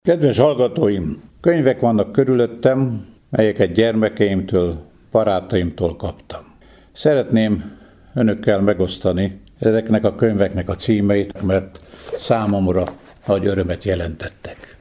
Kedves hallgatóim, könyvek vannak körülöttem, melyeket gyermekeimtől, barátaimtól kaptam. Szeretném önökkel megosztani ezeknek a könyveknek a címeit, mert számomra nagy örömet jelentettek.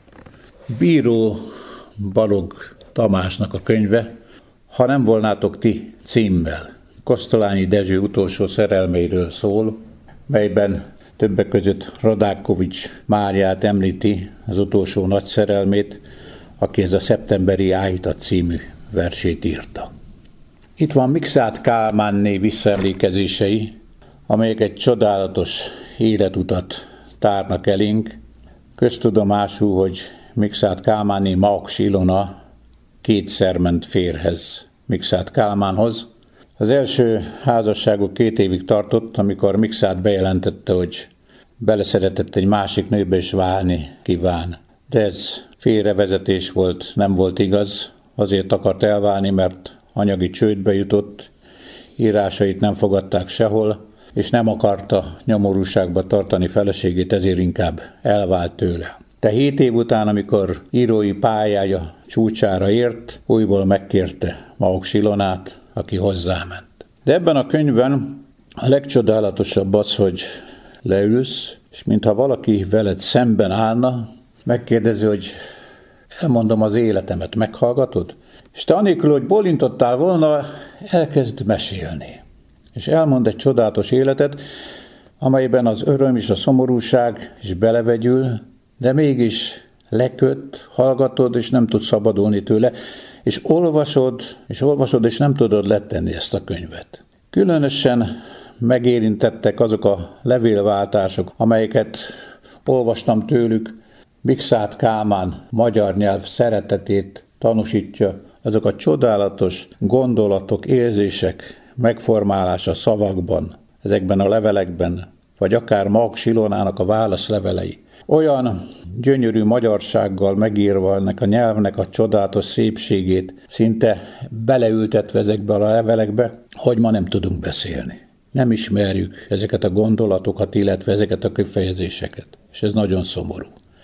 Bíró Balogh Tamásnak a könyve, Ha nem volnátok ti címmel. Kosztolányi Dezső utolsó szerelmeiről szól, melyben többek között Radákovics Máriát említi, az utolsó nagy szerelmét, aki ez a Szeptemberi Áhítat című versét írta. Itt van Mikszáth Kálmánné visszaemlékezései, amelyek egy csodálatos életutat tárnak elénk. Köztudomású, hogy Mikszáth Kálmánné Mauks Ilona kétszer ment férjhez Mikszáth Kálmánhoz. Az első házasságuk 2 évig tartott, amikor Mikszáth bejelentette, hogy beleszeretett egy másik nőbe és válni kíván. De ez félrevezetés volt, nem volt igaz. Azért akart elválni, mert anyagi csődbe jutott, írásait nem fogadták sehol, és nem akarta nyomorúságba tartani feleségét, ezért inkább elvált tőle. De 7 év után, amikor írói pályája csúcsára ért, újból megkérte Mauks Ilonát, aki hozzáment. De ebben a könyvben a legcsodálatosabb az, hogy leülsz, és mintha valaki veled szemben állna, megkérdezi, hogy elmondom az életemet, meghallgatod? És te anélkül, hogy bólintottál volna, elkezd mesélni. És elmond egy csodálatos életet, amelyben az öröm és a szomorúság is belevegyül, de mégis leköt, hallgatod, és nem tudsz szabadulni tőle, és olvasod, és nem tudod letenni ezt a könyvet. Különösen megérintettek azok a levélváltások, amelyeket olvastam tőlük. Mikszáth Kálmán magyar nyelv szeretetét tanúsítja, azok a csodálatos gondolatok, érzések megformálása szavakban, ezekben a levelekben, vagy akár Mauks Ilonának a válaszlevelei. Olyan gyönyörű magyarsággal megírva ennek a nyelvnek a csodálatos szépségét, szinte beleültetve ezekbe a levelekbe, hogy ma nem tudunk beszélni. Nem ismerjük ezeket a gondolatokat, illetve ezeket a kifejezéseket, és ez nagyon szomorú.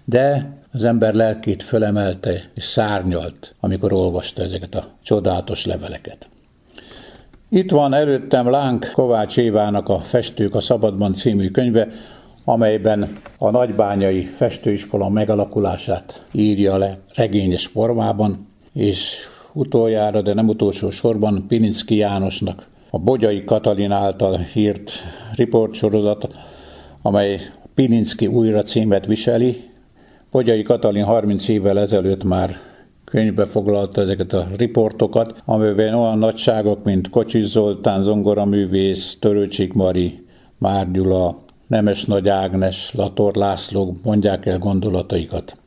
De az ember lelkét fölemelte és szárnyalt, amikor olvasta ezeket a csodálatos leveleket. Itt van előttem Láng Kovács Évának a Festők a Szabadban című könyve, amelyben a nagybányai festőiskola megalakulását írja le regényes formában, és utoljára, de nem utolsó sorban Pilinszky Jánosnak a Bogyai Katalin által írt riportsorozat, amely Pilinszky újra címet viseli. Bogyai Katalin 30 évvel ezelőtt már könyvbe foglalta ezeket a riportokat, amelyben olyan nagyságok, mint Kocsis Zoltán, zongoraművész, Törőcsik Mari, Már Gyula, Nemes Nagy Ágnes, Lator László mondják el gondolataikat.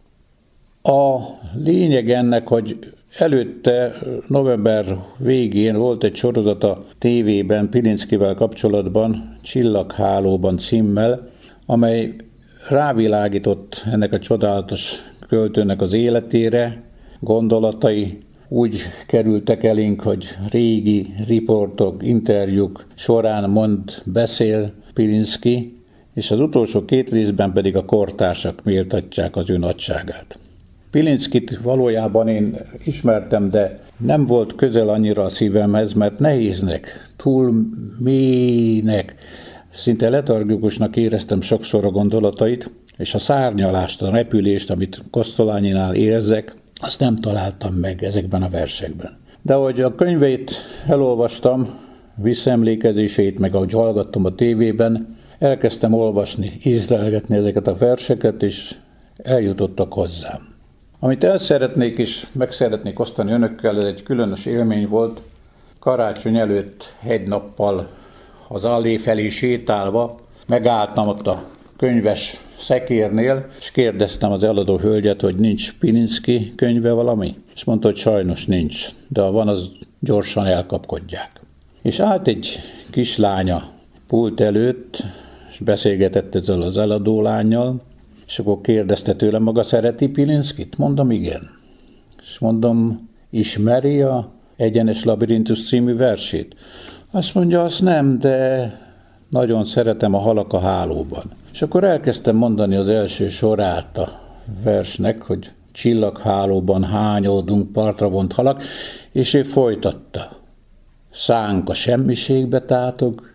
A lényeg ennek, hogy előtte november végén volt egy sorozat a tévében Pilinszkyvel kapcsolatban, Csillaghálóban címmel, amely rávilágított ennek a csodálatos költőnek az életére, gondolatai úgy kerültek elénk, hogy régi riportok, interjúk során beszél Pilinszky, és az utolsó 2 részben pedig a kortársak méltatják az ő nagyságát. Pilinszkyt valójában én ismertem, de nem volt közel annyira a szívemhez, mert nehéznek, túl mélynek, szinte letargikusnak éreztem sokszor a gondolatait, és a szárnyalást, a repülést, amit Kosztolányinál érzek, azt nem találtam meg ezekben a versekben. De ahogy a könyveit elolvastam, visszaemlékezéseit, meg ahogy hallgattam a tévében, elkezdtem olvasni, ízlelgetni ezeket a verseket, és eljutottak hozzám. Amit el szeretnék és meg szeretnék osztani önökkel, ez egy különös élmény volt. Karácsony előtt 1 nappal az allé felé sétálva megálltam ott a könyves szekérnél, és kérdeztem az eladó hölgyet, hogy nincs Pilinszky könyve valami? És mondta, hogy sajnos nincs, de ha van, az gyorsan elkapkodják. És állt egy kislánya pult előtt, és beszélgetett ezzel az eladó lánnyal, és akkor kérdezte tőlem, maga szereti Pilinszkyt? Mondom, igen. És mondom, ismeri a Egyenes Labirintus című versét? Azt mondja, azt nem, de nagyon szeretem a Halak a hálóban. És akkor elkezdtem mondani az első sorát a versnek, hogy csillaghálóban hányódunk partra vont halak, és ő folytatta. Szánk a semmiségbe tátog,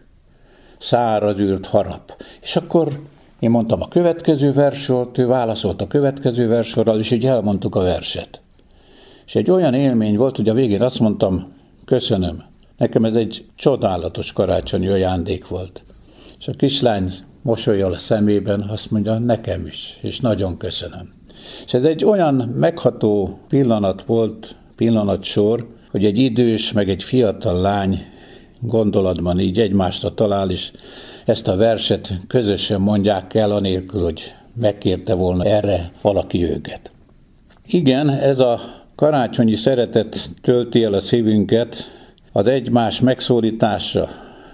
száraz űrt harap. És akkor én mondtam a következő versort, ő válaszolt a következő versorral, és így elmondtuk a verset. És egy olyan élmény volt, hogy a végén azt mondtam, köszönöm. Nekem ez egy csodálatos karácsonyi ajándék volt. És a kislány mosollyal a szemében azt mondja, nekem is, és nagyon köszönöm. És ez egy olyan megható pillanat volt, pillanatsor, hogy egy idős, meg egy fiatal lány gondolatban így egymásra talál, és ezt a verset közösen mondják el, anélkül, hogy megkérte volna erre valaki őket. Igen, ez a karácsonyi szeretet tölti el a szívünket, az egymás megszólítása,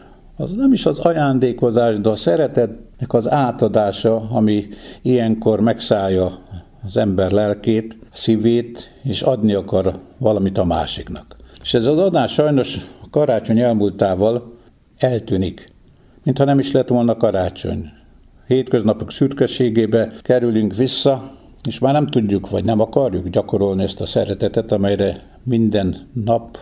az nem is az ajándékozás, de a szeretetnek az átadása, ami ilyenkor megszállja az ember lelkét, szívét, és adni akar valamit a másiknak. És ez az adás sajnos a karácsony elmúltával eltűnik, mintha nem is lett volna karácsony. Hétköznapok szürkeségébe kerülünk vissza, és már nem tudjuk, vagy nem akarjuk gyakorolni ezt a szeretetet, amelyre minden nap,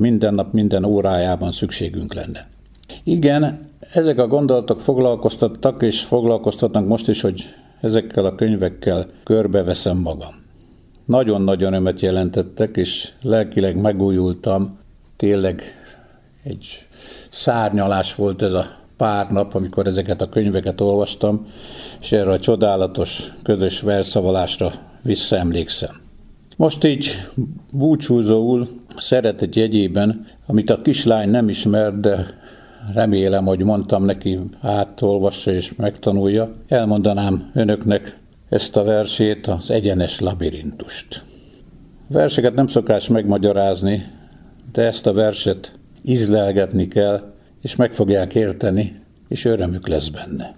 minden órájában szükségünk lenne. Igen, ezek a gondolatok foglalkoztattak, és foglalkoztatnak most is, hogy ezekkel a könyvekkel körbeveszem magam. Nagyon-nagyon örömet jelentettek, és lelkileg megújultam. Tényleg egy szárnyalás volt ez a pár nap, amikor ezeket a könyveket olvastam, és erre a csodálatos közös versszavalásra visszaemlékszem. Most így búcsúzóul szeretet jegyében, amit a kislány nem ismer, de remélem, hogy mondtam neki, átolvassa és megtanulja, elmondanám önöknek ezt a versét, az egyenes labirintust. Verseket nem szokás megmagyarázni, de ezt a verset ízlelgetni kell, és meg fogják érteni, és örömük lesz benne.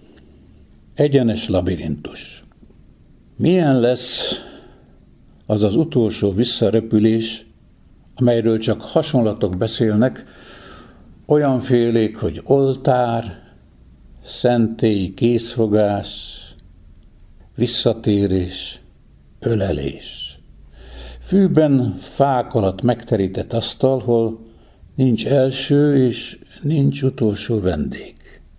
Egyenes labirintus. Milyen lesz az az utolsó visszarepülés, amelyről csak hasonlatok beszélnek, olyan félék, hogy oltár, szentély, készfogás, visszatérés, ölelés. Fűben fák alatt megterített asztal, hol nincs első és nincs utolsó vendég.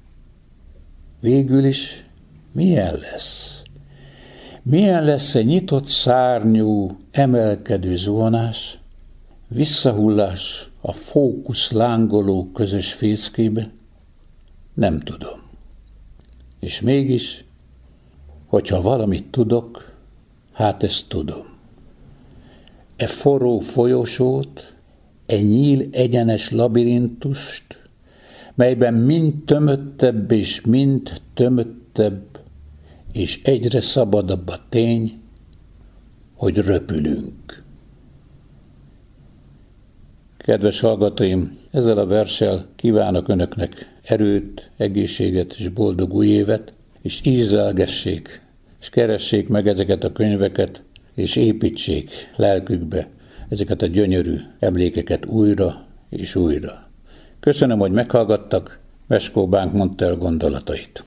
Végül is milyen lesz? Milyen lesz egy nyitott szárnyú, emelkedő zuhanás, visszahullás a fókusz lángoló közös fészkébe? Nem tudom. És mégis, hogyha valamit tudok, hát ezt tudom. E forró folyosót, e nyíl egyenes labirintust, melyben mind tömöttebb és mind tömöttebb, és egyre szabadabb a tény, hogy röpülünk. Kedves hallgatóim, ezzel a verssel kívánok önöknek erőt, egészséget és boldog új évet, és ízlelgessék, és keressék meg ezeket a könyveket, és építsék lelkükbe ezeket a gyönyörű emlékeket újra és újra. Köszönöm, hogy meghallgattak, Veskó Bánk mondta el gondolatait.